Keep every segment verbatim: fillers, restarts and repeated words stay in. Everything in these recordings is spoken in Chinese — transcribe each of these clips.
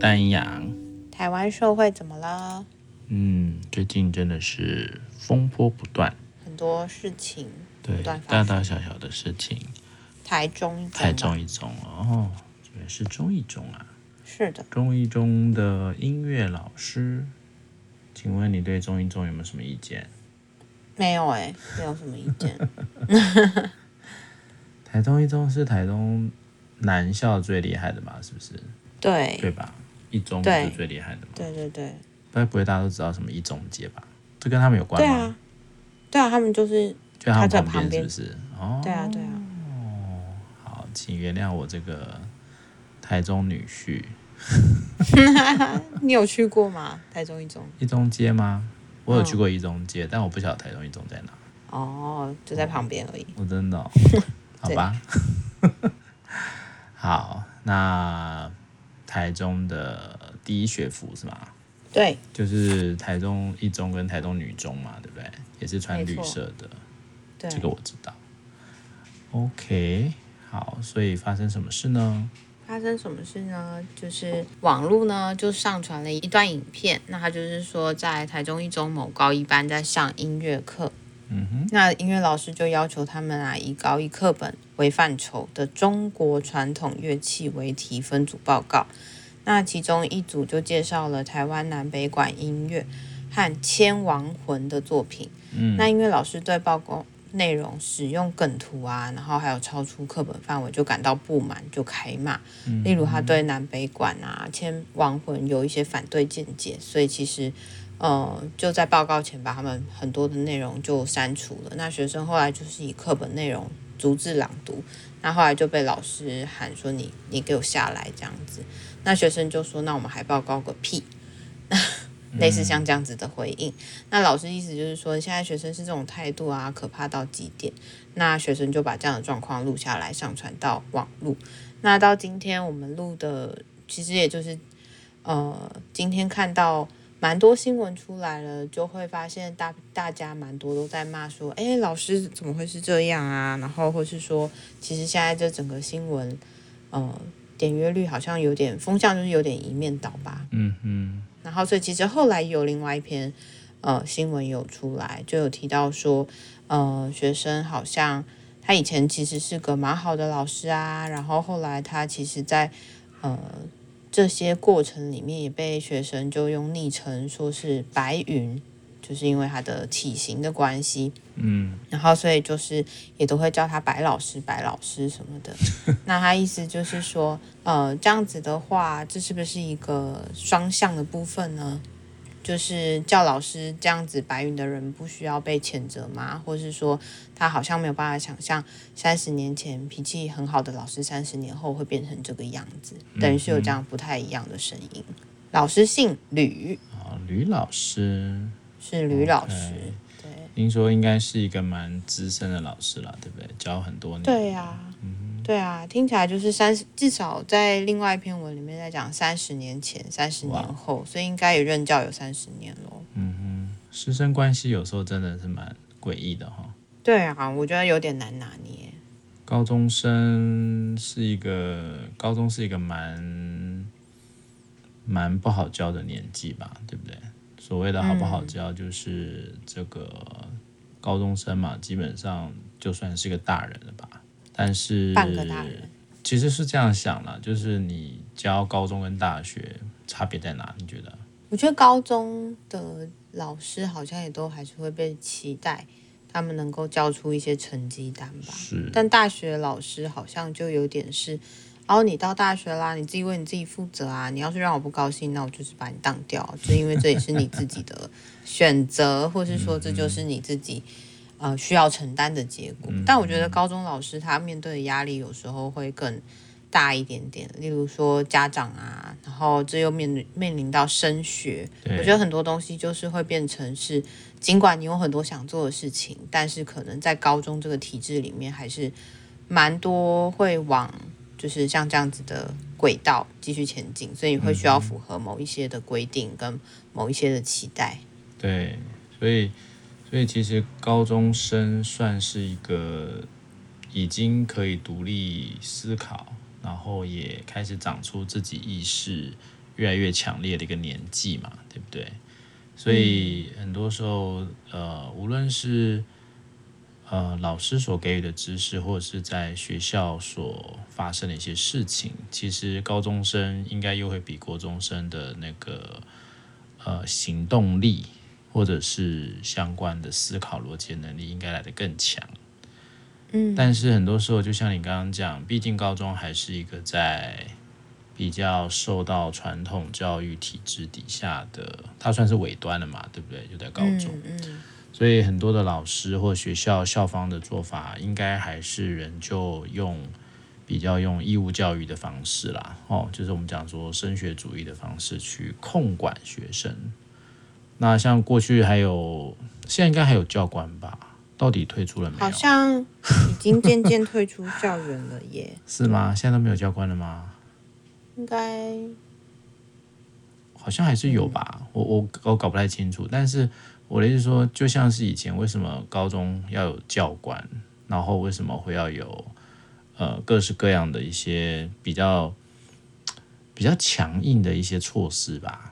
丹阳。 台湾社会怎么了？ 嗯，最近真的是风波不断， 很多事情不对， 断发生。 大大小小的事情。 台中一中吧， 台中一中哦，这边是中一中啊。 是的， 中一中的音乐老师，请问你对中一中有没有什么意见？ 没有哎、欸，没有什么意见。 台中一中是台中男校最厉害的吧？是不是？ 对对吧？一中不是最厉害的吗？ 对对对， 该不会大家都知道什么一中街吧？这跟他们有关吗？ 对啊，对啊，他们就是就在他们在旁边，是不是？哦， 对啊，对啊。 好，请原谅我这个台中女婿。 你有去过吗？台中一中？ 一中街吗？我有去过一中街，嗯、但我不晓得台中一中在哪。 哦，就在旁边而已。 我、哦、真的、哦，好吧。好，那台中的第一学府是吗？ 对， 就是台中一中跟台中女中嘛，对不对？也是穿绿色的， 对， 这个我知道。OK， 好，所以发生什么事呢？ 发生什么事呢？就是网络呢就上传了一段影片，那他就是说在台中一中某高一班在上音乐课， 嗯哼， 那音乐老师就要求他们啊以高一课本为范畴的中国传统乐器为题分组报告。那其中一组就介绍了台湾南北管音乐和千王魂的作品。嗯，那音乐老师对报告内容使用梗图啊，然后还有超出课本范围就感到不满，就开骂。嗯、例如他对南北管啊、千王魂有一些反对见解，所以其实呃就在报告前把他们很多的内容就删除了。那学生后来就是以课本内容逐字朗读，那后来就被老师喊说你你给我下来这样子。那学生就说那我们还报告个屁。类似像这样子的回应，嗯、那老师意思就是说，现在学生是这种态度啊，可怕到极点。那学生就把这样的状况录下来，上传到网路。那到今天我们录的，其实也就是呃，今天看到蛮多新闻出来了，就会发现大大家蛮多都在骂说，哎，老师怎么会是这样啊？然后或是说，其实现在这整个新闻，呃，点阅率好像有点风向就是有点一面倒吧。 嗯嗯。 然后，所以其实后来有另外一篇呃新闻有出来，就有提到说，呃，学生好像他以前其实是个蛮好的老师啊，然后后来他其实在呃这些过程里面也被学生就用昵称说是白云，就是因为他的体型的关系，嗯，然后所以就是也都会叫他白老师、白老师什么的。那他意思就是说，呃，这样子的话，这是不是一个双向的部分呢？就是叫老师这样子白云的人不需要被谴责吗？或是说他好像没有办法想象三十年前脾气很好的老师，三十年后会变成这个样子，等于是有这样不太一样的声音。老师姓吕， 哦，吕老师是吕老师。Okay. 对， 听说应该是一个蛮资深的老师啦，对不对？教很多年。 对呀、啊，嗯、对啊，听起来就是三十，至少在另外一篇文里面在讲三十年前、三十年后，所以应该也任教有三十年咯。 嗯哼，师生关系有时候真的是蛮诡异的哈。 对啊，我觉得有点难拿捏。 高中生是一个，高中是一个蛮蛮不好教的年纪吧，对不对？所谓的好不好教，就是这个高中生嘛，基本上就算是个大人了吧。但是半个大人， 其实是这样想啦，就是你教高中跟大学差别在哪？你觉得？ 我觉得高中的老师好像也都还是会被期待，他们能够教出一些成绩单吧。 是。 但大学老师好像就有点是，哦，你到大学啦，你自己为你自己负责啊。你要是让我不高兴，那我就是把你当掉，就因为这也是你自己的选择，或是说这就是你自己呃需要承担的结果。但我觉得高中老师他面对的压力有时候会更大一点点，例如说家长啊，然后这又面面临到升学，我觉得很多东西就是会变成是，尽管你有很多想做的事情，但是可能在高中这个体制里面还是蛮多会往就是像这样子的轨道继续前进，所以你会需要符合某一些的规定跟某一些的期待。 对，所以所以其实高中生算是一个已经可以独立思考，然后也开始长出自己意识， 越来越强烈的一个年纪嘛，对不对？所以很多时候，呃，无论是呃老师所给予的知识，或者是在学校所发生的一些事情，其实高中生应该又会比国中生的那个呃行动力，或者是相关的思考逻辑能力，应该来得更强。 嗯， 但是很多时候，就像你刚刚讲，毕竟高中还是一个在比较受到传统教育体制底下的，它算是尾端了嘛，对不对？就在高中， 嗯嗯、 所以很多的老师或学校校方的做法，应该还是仍旧用比较用义务教育的方式啦，哦，就是我们讲说升学主义的方式去控管学生。那像过去还有，现在应该还有教官吧？到底退出了没有？ 好像已经渐渐退出校园了耶。 是吗？现在都没有教官了吗？ 应该好像还是有吧，嗯、我我我搞不太清楚。但是我的意思是说，就像是以前为什么高中要有教官，然后为什么会要有呃各式各样的一些比较比较强硬的一些措施吧。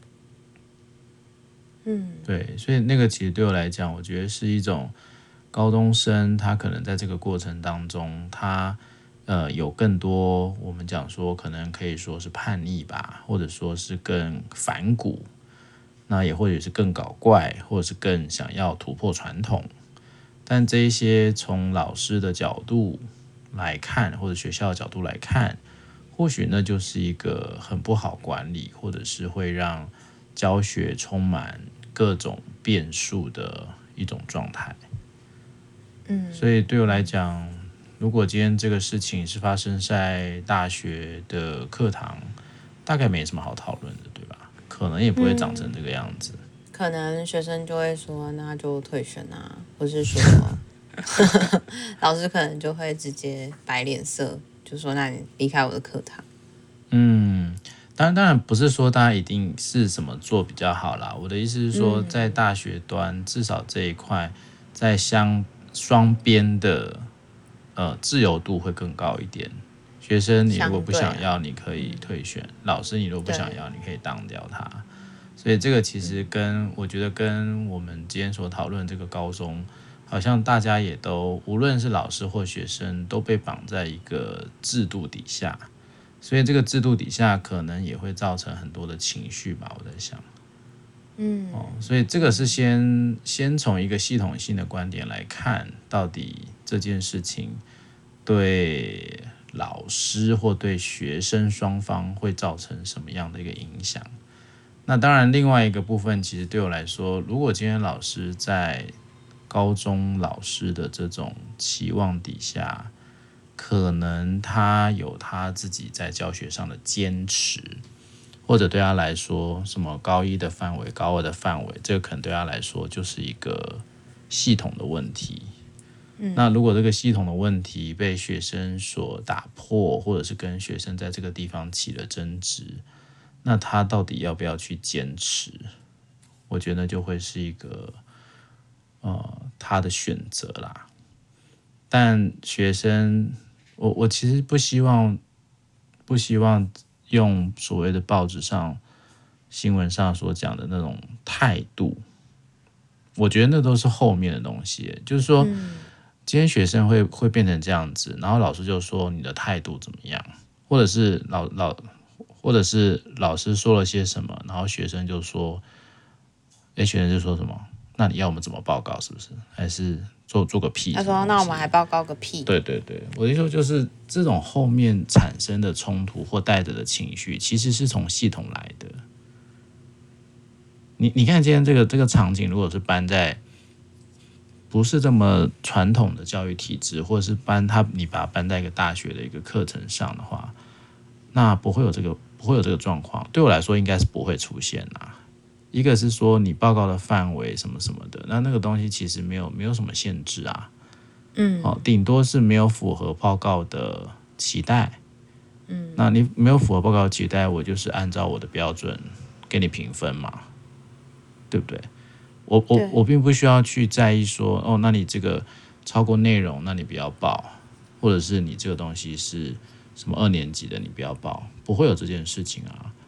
嗯， 对，所以那个其实对我来讲，我觉得是一种高中生他可能在这个过程当中，他呃有更多我们讲说可能可以说是叛逆吧，或者说是更反骨，那也或者是更搞怪，或者是更想要突破传统。但这一些从老师的角度来看，或者学校的角度来看，或许那就是一个很不好管理，或者是会让教学充满各种变数的一种状态。 嗯， 所以对我来讲，如果今天这个事情是发生在大学的课堂，大概没什么好讨论的，对吧？可能也不会长成这个样子。嗯、 可能学生就会说，那就退选啊，或是说，老师可能就会直接摆脸色，就说那你离开我的课堂。 嗯。当然，当然不是说大家一定是怎么做比较好啦。我的意思是说，在大学端，至少这一块，在相双边的呃自由度会更高一点。学生你如果不想要，你可以退选；老师你如果不想要，你可以当掉他。所以这个其实跟我觉得跟我们今天所讨论这个高中，好像大家也都无论是老师或学生，都被绑在一个制度底下。所以这个制度底下可能也会造成很多的情绪吧，我在想。 嗯， 哦，所以这个是先先从一个系统性的观点来看，到底这件事情对老师或对学生双方会造成什么样的一个影响。那当然，另外一个部分，其实对我来说，如果今天老师在高中老师的这种期望底下，可能他有他自己在教学上的坚持，或者对他来说，什么高一的范围、高二的范围，这个可能对他来说就是一个系统的问题。嗯、那如果这个系统的问题被学生所打破，或者是跟学生在这个地方起了争执，那他到底要不要去坚持？我觉得就会是一个呃他的选择啦。但学生。我我其实不希望，不希望用所谓的报纸上、新闻上所讲的那种态度，我觉得那都是后面的东西。就是说，嗯、今天学生会会变成这样子，然后老师就说你的态度怎么样，或者是老老，或者是老师说了些什么，然后学生就说，哎，学生就说什么？那你要我们怎么报告？是不是？还是？做做个屁！ 他说：“那我们还报告个屁！” 对对对，我的意思就是这种后面产生的冲突或带着的情绪，其实是从系统来的。你你看今天这个这个场景，如果是搬在不是这么传统的教育体制，或者是搬他你把它搬在一个大学的一个课程上的话，那不会有这个不会有这个状况。对我来说，应该是不会出现啦。一个是说你报告的范围什么什么的，那那个东西其实没有没有什么限制啊，嗯，哦，顶多是没有符合报告的期待，嗯，那你没有符合报告的期待，我就是按照我的标准给你评分嘛，对不对？我我我并不需要去在意说，哦，那你这个超过内容，那你不要报，或者是你这个东西是什么二年级的，你不要报，不会有这件事情啊。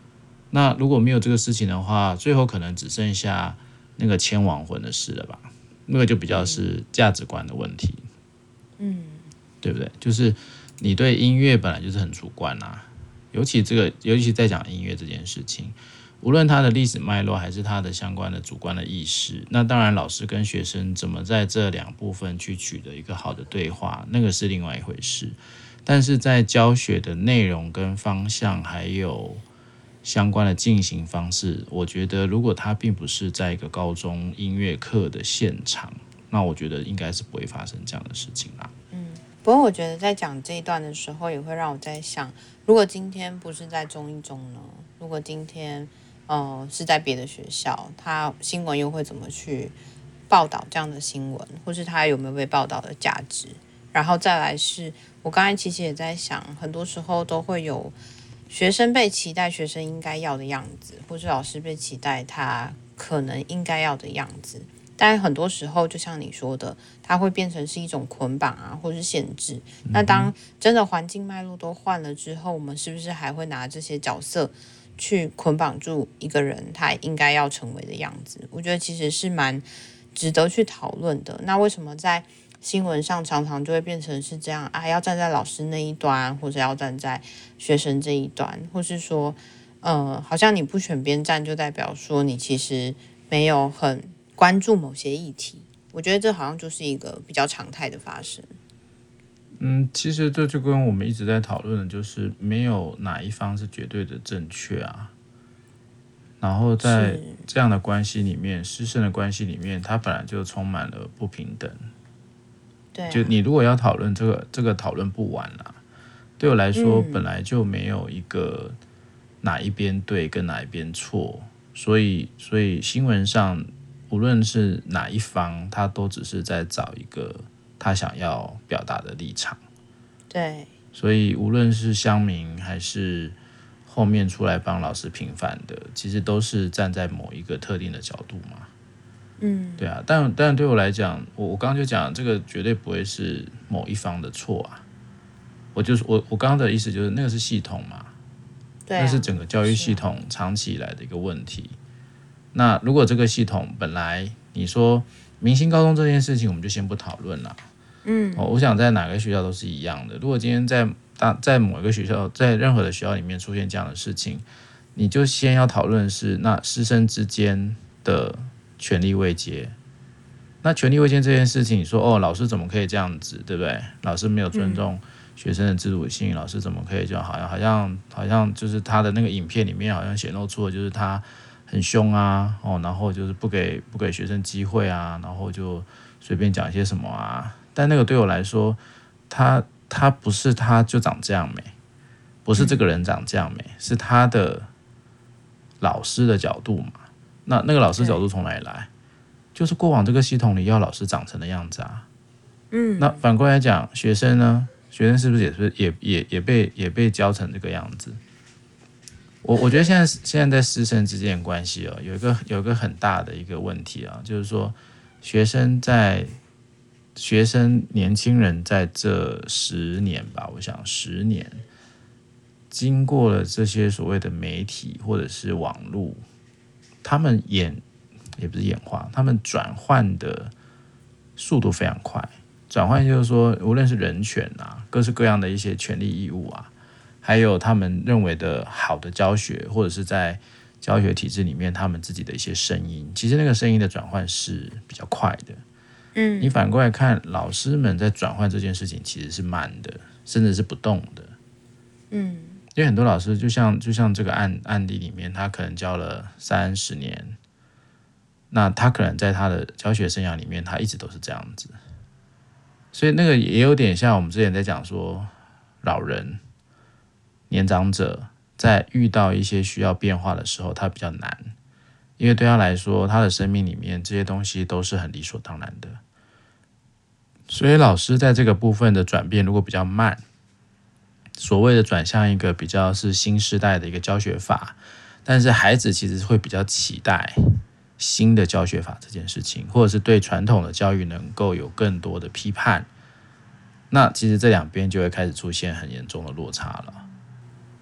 那如果没有这个事情的话，最后可能只剩下那个牵亡魂的事了吧？那个就比较是价值观的问题，嗯，对不对？就是你对音乐本来就是很主观啊，尤其这个，尤其在讲音乐这件事情，无论它的历史脉络还是它的相关的主观的意识，那当然老师跟学生怎么在这两部分去取得一个好的对话，那个是另外一回事。但是在教学的内容跟方向还有相关的进行方式，我觉得如果它并不是在一个高中音乐课的现场，那我觉得应该是不会发生这样的事情啦。 嗯，不过我觉得在讲这一段的时候，也会让我在想，如果今天不是在中一中呢？如果今天呃是在别的学校，他新闻又会怎么去报道这样的新闻，或是他有没有被报道的价值？然后再来是我刚才其实也在想，很多时候都会有学生被期待学生应该要的样子，或是老师被期待他可能应该要的样子。但很多时候就像你说的，它会变成是一种捆绑啊，或是限制。那当真的环境脉络都换了之后，我们是不是还会拿这些角色去捆绑住一个人他应该要成为的样子？我觉得其实是蛮值得去讨论的。那为什么在新闻上常常就会变成是这样啊？要站在老师那一端，或者要站在学生这一端，或是说，呃，好像你不选边站，就代表说你其实没有很关注某些议题。我觉得这好像就是一个比较常态的发生。 嗯，其实这就跟我们一直在讨论的，就是没有哪一方是绝对的正确啊。然后在这样的关系里面，师生的关系里面，它本来就充满了不平等。 对、啊， 就你如果要讨论这个，这个讨论不完啦。对我来说，本来就没有一个哪一边对跟哪一边错，所以，所以新闻上无论是哪一方，他都只是在找一个他想要表达的立场。 对， 所以无论是乡民还是后面出来帮老师平反的，其实都是站在某一个特定的角度嘛。 嗯， 对啊，但但对我来讲，我我刚刚就讲，这个绝对不会是某一方的错啊。我就是我我刚刚的意思就是，那个是系统嘛， 对、啊， 那是整个教育系统长期以来的一个问题。那如果这个系统本来你说明星高中这件事情，我们就先不讨论了。 嗯、 哦，我想在哪个学校都是一样的。如果今天在在某一个学校，在任何的学校里面出现这样的事情，你就先要讨论的是那师生之间的权力位阶。那权力位阶这件事情，你说哦，老师怎么可以这样子，对不对？老师没有尊重学生的自主性，嗯、老师怎么可以就好像好像好像就是他的那个影片里面好像显露出的就是他很凶啊，哦，然后就是不给不给学生机会啊，然后就随便讲一些什么啊。但那个对我来说，他他不是他就长这样没，不是这个人长这样没，是他的老师的角度嘛。那那个老师角度从哪里来？就是过往这个系统里要老师长成的样子啊。嗯，那反过来讲，学生呢？学生是不是也是也也也被也被教成这个样子？我我觉得现在现在在师生之间的关系哦，有一个有一个很大的一个问题啊，就是说学生在学生年轻人在这十年吧，我想十年，经过了这些所谓的媒体或者是网络，他们演也不是演化，他们转换的速度非常快。转换就是说，无论是人权啊，各式各样的一些权利义务啊，还有他们认为的好的教学，或者是在教学体制里面他们自己的一些声音，其实那个声音的转换是比较快的。嗯，你反过来看，老师们在转换这件事情其实是慢的，甚至是不动的。嗯，因为很多老师就像就像这个案案例里面，他可能教了三十年，那他可能在他的教学生涯里面，他一直都是这样子。所以那个也有点像我们之前在讲说，老人、年长者在遇到一些需要变化的时候，他比较难，因为对他来说，他的生命里面这些东西都是很理所当然的。所以老师在这个部分的转变如果比较慢，所谓的转向一个比较是新时代的一个教学法，但是孩子其实会比较期待新的教学法这件事情，或者是对传统的教育能够有更多的批判，那其实这两边就会开始出现很严重的落差了。嗯，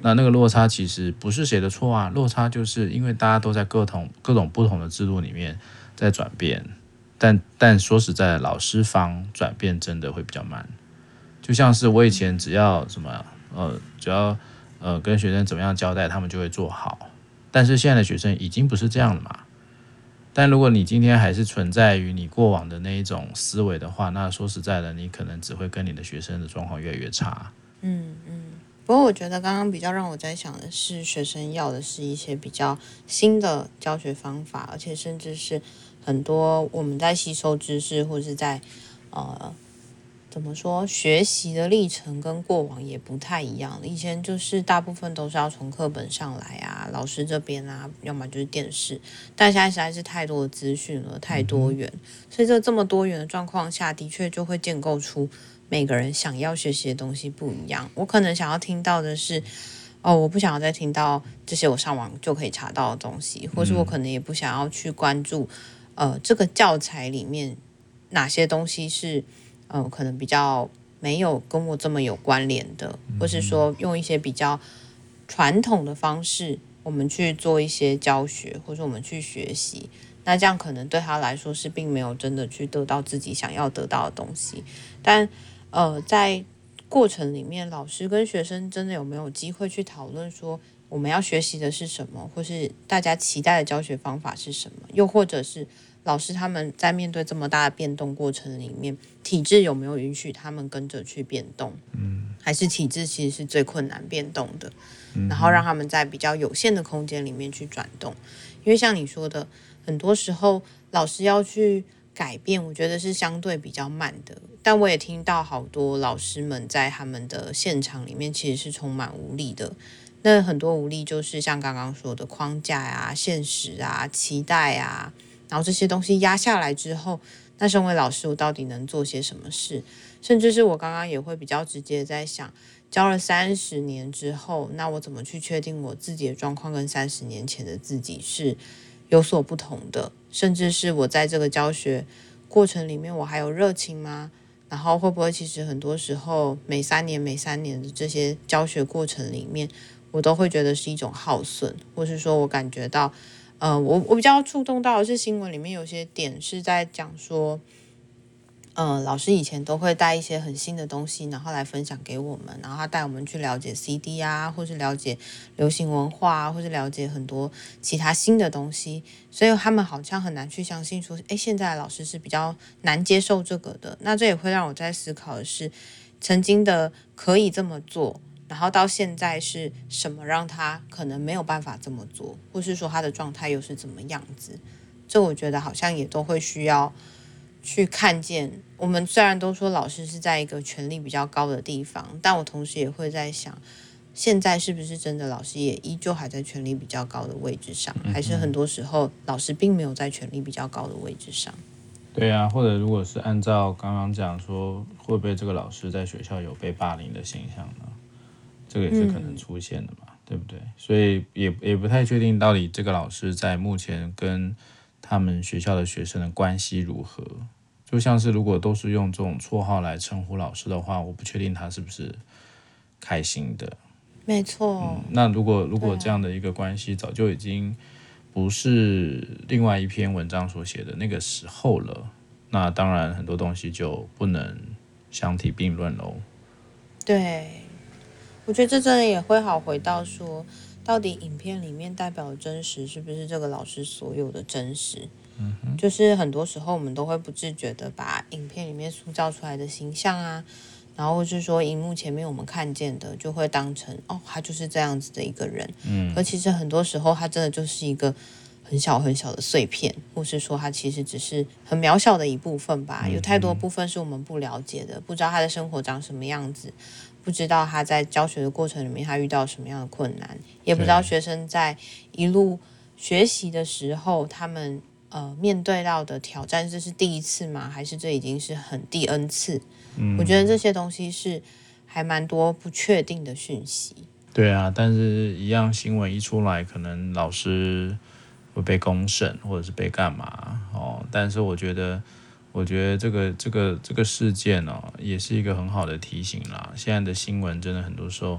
那那个落差其实不是谁的错啊，落差就是因为大家都在各种各种不同的制度里面在转变，但但说实在的，老师方转变真的会比较慢。就像是我以前只要什么呃，只要呃跟学生怎么样交代，他们就会做好。但是现在的学生已经不是这样了嘛。但如果你今天还是存在于你过往的那一种思维的话，那说实在的，你可能只会跟你的学生的状况越来越差。 嗯嗯。不过我觉得刚刚比较让我在想的是，学生要的是一些比较新的教学方法，而且甚至是很多我们在吸收知识或是在呃怎么说学习的历程跟过往也不太一样。以前就是大部分都是要从课本上来啊，老师这边啊，要么就是电视，但现在实在是太多的资讯了，太多元，所以这这么多元的状况下，的确就会建构出每个人想要学习的东西不一样。我可能想要听到的是哦，我不想要再听到这些我上网就可以查到的东西，或是我可能也不想要去关注呃这个教材里面哪些东西是呃可能比较没有跟我这么有关联的，或是说用一些比较传统的方式我们去做一些教学，或者我们去学习，那这样可能对他来说是并没有真的去得到自己想要得到的东西。但呃在过程里面，老师跟学生真的有没有机会去讨论说我们要学习的是什么，或是大家期待的教学方法是什么，又或者是老师他们在面对这么大的变动过程里面，体制有没有允许他们跟着去变动，嗯，还是体制其实是最困难变动的，然后让他们在比较有限的空间里面去转动。因为像你说的，很多时候老师要去改变，我觉得是相对比较慢的。但我也听到好多老师们在他们的现场里面其实是充满无力的。那很多无力就是像刚刚说的框架啊、现实啊、期待啊，然后这些东西压下来之后，那身为老师我到底能做些什么事？甚至是我刚刚也会比较直接在想，教了三十年之后，那我怎么去确定我自己的状况跟三十年前的自己是有所不同的？甚至是我在这个教学过程里面我还有热情吗？然后会不会其实很多时候每三年每三年的这些教学过程里面，我都会觉得是一种耗损，或是说我感觉到呃，我我比较触动到的是新闻里面有些点是在讲说呃，老师以前都会带一些很新的东西，然后来分享给我们，然后他带我们去了解 C D 啊，或是了解流行文化啊，或是了解很多其他新的东西，所以他们好像很难去相信说，诶，现在的老师是比较难接受这个的。那这也会让我在思考的是，曾经的可以这么做，然后到现在是什么让他可能没有办法这么做，或是说他的状态又是怎么样子？这我觉得好像也都会需要去看见。我们虽然都说老师是在一个权力比较高的地方，但我同时也会在想，现在是不是真的老师也依旧还在权力比较高的位置上，还是很多时候老师并没有在权力比较高的位置上？ 对啊，或者如果是按照刚刚讲说，会不会这个老师在学校有被霸凌的现象呢？这个也是可能出现的嘛，嗯、对不对？所以也也不太确定到底这个老师在目前跟他们学校的学生的关系如何。就像是如果都是用这种绰号来称呼老师的话，我不确定他是不是开心的。 没错。 嗯、那如果如果这样的一个关系早就已经不是另外一篇文章所写的那个时候了，那当然很多东西就不能相提并论喽。 对，我觉得这真的也会好回到说，到底影片里面代表的真实是不是这个老师所有的真实？嗯哼，就是很多时候我们都会不自觉的把影片里面塑造出来的形象啊，然后或是说荧幕前面我们看见的，就会当成哦，他就是这样子的一个人。嗯，可其实很多时候他真的就是一个很小很小的碎片，或是说他其实只是很渺小的一部分吧。有太多部分是我们不了解的，不知道他的生活长什么样子，不知道他在教学的过程里面他遇到什么样的困难，也不知道学生在一路学习的时候他们呃面对到的挑战，这是第一次吗？还是这已经是很第 N 次？嗯，我觉得这些东西是还蛮多不确定的讯息。 对啊，但是一样新闻一出来，可能老师会被公审或者是被干嘛哦。但是我觉得，我觉得这个这个这个事件哦，也是一个很好的提醒啦。现在的新闻真的很多时候，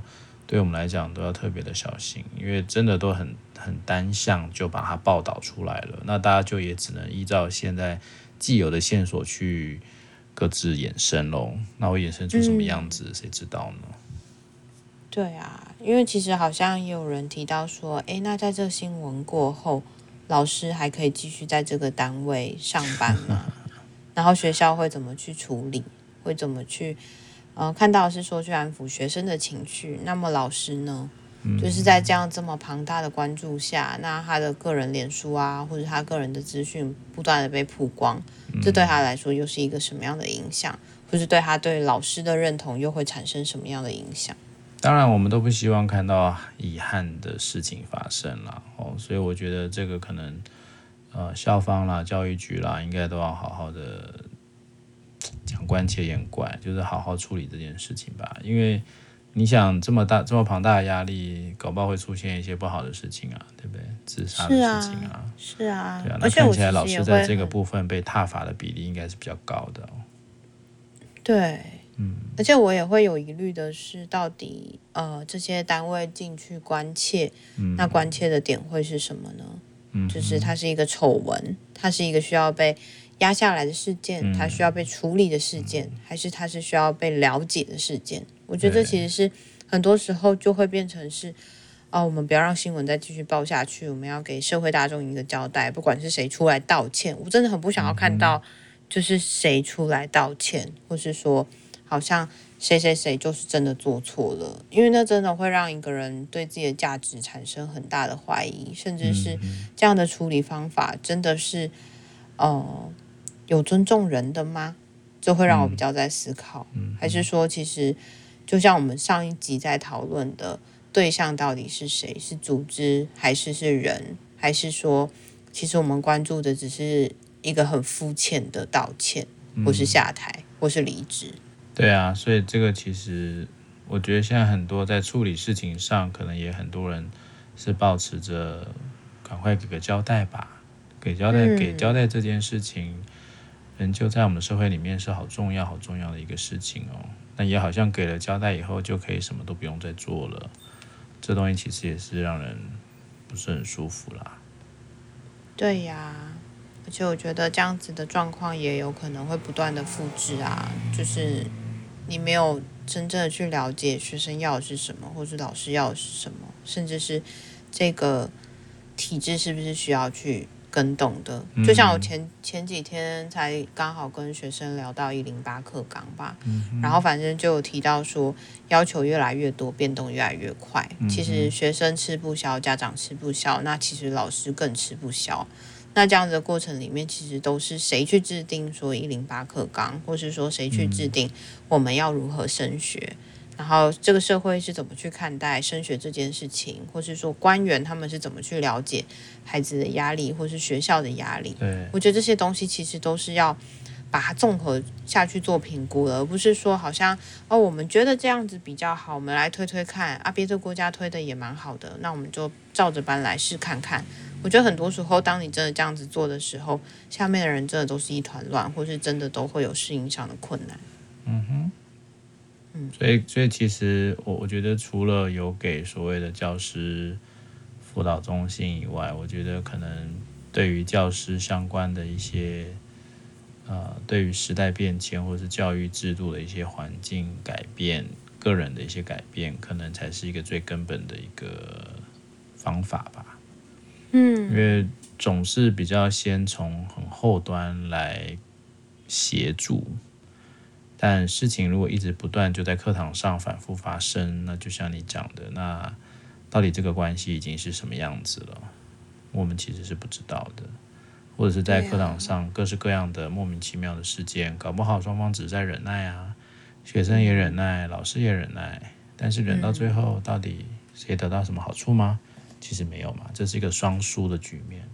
对我们来讲都要特别的小心，因为真的都很很单向就把它报道出来了，那大家就也只能依照现在既有的线索去各自衍生咯，那会衍生出什么样子，谁、嗯、知道呢？ 对啊，因为其实好像也有人提到说，诶，那在这新闻过后，老师还可以继续在这个单位上班吗？然后学校会怎么去处理？会怎么去？呃，看到的是说去安抚学生的情绪，那么老师呢？就是在这样这么庞大的关注下，那他的个人脸书啊，或者他个人的资讯不断的被曝光，这对他来说又是一个什么样的影响？或是对他对老师的认同又会产生什么样的影响？ 当然我们都不希望看到遗憾的事情发生啦、哦、所以我觉得这个可能呃校方啦、教育局啦，应该都要好好的讲关切严怪，就是好好处理这件事情吧。因为你想这么大这么庞大的压力，搞不好会出现一些不好的事情啊，对不对？自杀的事情啊， 是啊， 对啊。那看起来老师在这个部分被挞伐的比例应该是比较高的、哦。 对，嗯，而且我也会有疑虑的是，到底呃这些单位进去关切，嗯、那关切的点会是什么呢？嗯，就是它是一个丑闻，它是一个需要被压下来的事件，它需要被处理的事件，嗯、还是它是需要被了解的事件？我觉得这其实是很多时候就会变成是，哦，我们不要让新闻再继续报下去，我们要给社会大众一个交代，不管是谁出来道歉，我真的很不想要看到。就是谁出来道歉，或是说好像谁谁谁就是真的做错了，因为那真的会让一个人对自己的价值产生很大的怀疑，甚至是这样的处理方法真的是呃有尊重人的吗？这会让我比较在思考，还是说其实就像我们上一集在讨论的对象到底是谁，是组织还是是人，还是说其实我们关注的只是一个很肤浅的道歉，或是下台，嗯、或是离职。 对啊，所以这个其实我觉得现在很多在处理事情上，可能也很多人是抱持着赶快给个交代吧，给交代、嗯、给交代这件事情，人就在我们社会里面是好重要、好重要的一个事情哦。那也好像给了交代以后，就可以什么都不用再做了，这东西其实也是让人不是很舒服啦。 对呀。而且我觉得这样子的状况也有可能会不断的复制啊，就是你没有真正的去了解学生要的是什么，或是老师要的是什么，甚至是这个体制是不是需要去更动的。就像我前前几天才刚好跟学生聊到一零八课纲吧，嗯、然后反正就有提到说要求越来越多，变动越来越快。嗯、其实学生吃不消，家长吃不消，那其实老师更吃不消。那这样子的过程里面，其实都是谁去制定说一零八课纲，或是说谁去制定我们要如何升学，嗯、然后这个社会是怎么去看待升学这件事情，或是说官员他们是怎么去了解孩子的压力，或是学校的压力。 对， 我觉得这些东西其实都是要把它综合下去做评估了，而不是说好像哦，我们觉得这样子比较好，我们来推推看啊，别的国家推的也蛮好的，那我们就照着搬来试看看。我觉得很多时候，当你真的这样子做的时候，下面的人真的都是一团乱，或是真的都会有适应上的困难。 嗯哼，嗯，所以所以其实我我觉得除了有给所谓的教师辅导中心以外，我觉得可能对于教师相关的一些呃，对于时代变迁或是教育制度的一些环境改变、个人的一些改变，可能才是一个最根本的一个方法吧。嗯，因为总是比较先从很后端来协助，但事情如果一直不断就在课堂上反复发生，那就像你讲的，那到底这个关系已经是什么样子了，我们其实是不知道的。或者是在课堂上各式各样的莫名其妙的事件，搞不好双方只是在忍耐啊，学生也忍耐，老师也忍耐，但是忍到最后，到底谁得到什么好处吗？其实没有嘛，这是一个双输的局面。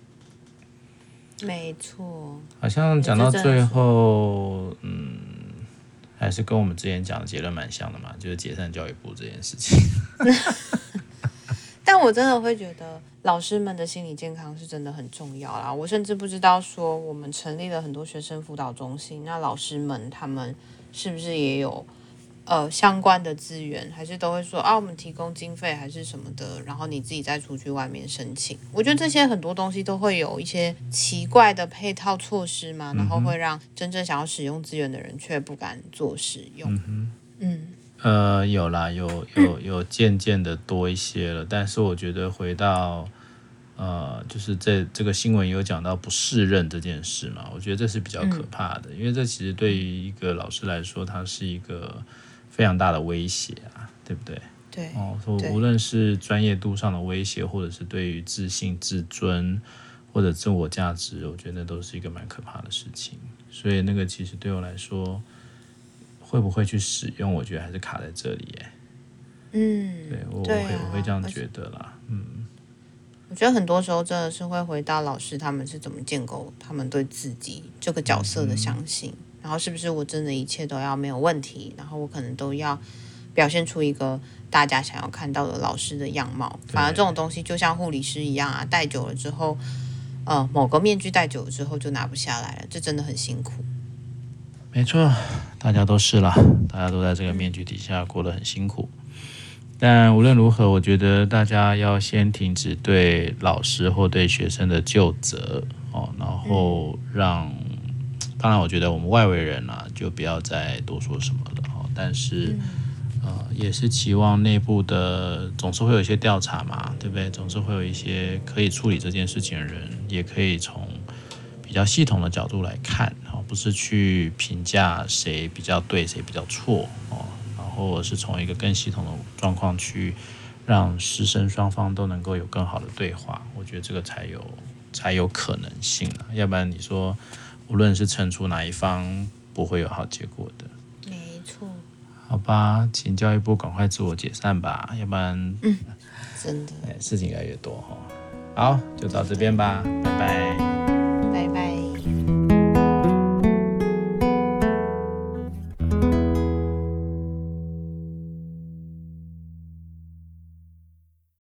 没错， 好像讲到最后，嗯，还是跟我们之前讲的结论蛮像的嘛，就是解散教育部这件事情。 但我真的会觉得老师们的心理健康是真的很重要啦。我甚至不知道说我们成立了很多学生辅导中心，那老师们他们是不是也有呃相关的资源，还是都会说啊我们提供经费还是什么的，然后你自己再出去外面申请。我觉得这些很多东西都会有一些奇怪的配套措施嘛，然后会让真正想要使用资源的人却不敢做使用。 嗯嗯呃，有啦，有有有渐渐的多一些了，但是我觉得回到呃，就是这这个新闻有讲到不适任这件事嘛，我觉得这是比较可怕的，嗯、因为这其实对于一个老师来说，它是一个非常大的威胁啊，对不对？ 对， 哦，无论是专业度上的威胁，或者是对于自信、自尊或者自我价值，我觉得那都是一个蛮可怕的事情。所以那个其实对我来说，会不会去使用，我觉得还是卡在这里耶。 嗯， 对我对啊、 我会我会这样觉得啦。嗯， 我觉得很多时候真的是会回到老师他们是怎么建构他们对自己这个角色的相信，嗯、然后是不是我真的一切都要没有问题，然后我可能都要表现出一个大家想要看到的老师的样貌。反而这种东西就像护理师一样啊，戴久了之后，呃，某个面具戴久了之后就拿不下来了，这真的很辛苦。 没错，大家都是啦，大家都在这个面具底下过得很辛苦。但无论如何，我觉得大家要先停止对老师或对学生的究责哦，然后让，嗯、当然我觉得我们外围人啊，就不要再多说什么了哦。但是，嗯、呃，也是期望内部的总是会有一些调查嘛，对不对？总是会有一些可以处理这件事情的人，也可以从比较系统的角度来看，哦，不是去评价谁比较对，谁比较错哦。或者是从一个更系统的状况去让师生双方都能够有更好的对话，我觉得这个才有才有可能性啊，要不然你说无论是惩处哪一方，不会有好结果的。 没错。 好吧，请教育部赶快自我解散吧，要不然， 嗯，真的， 事情越来越多哈。好，就到这边吧，拜拜。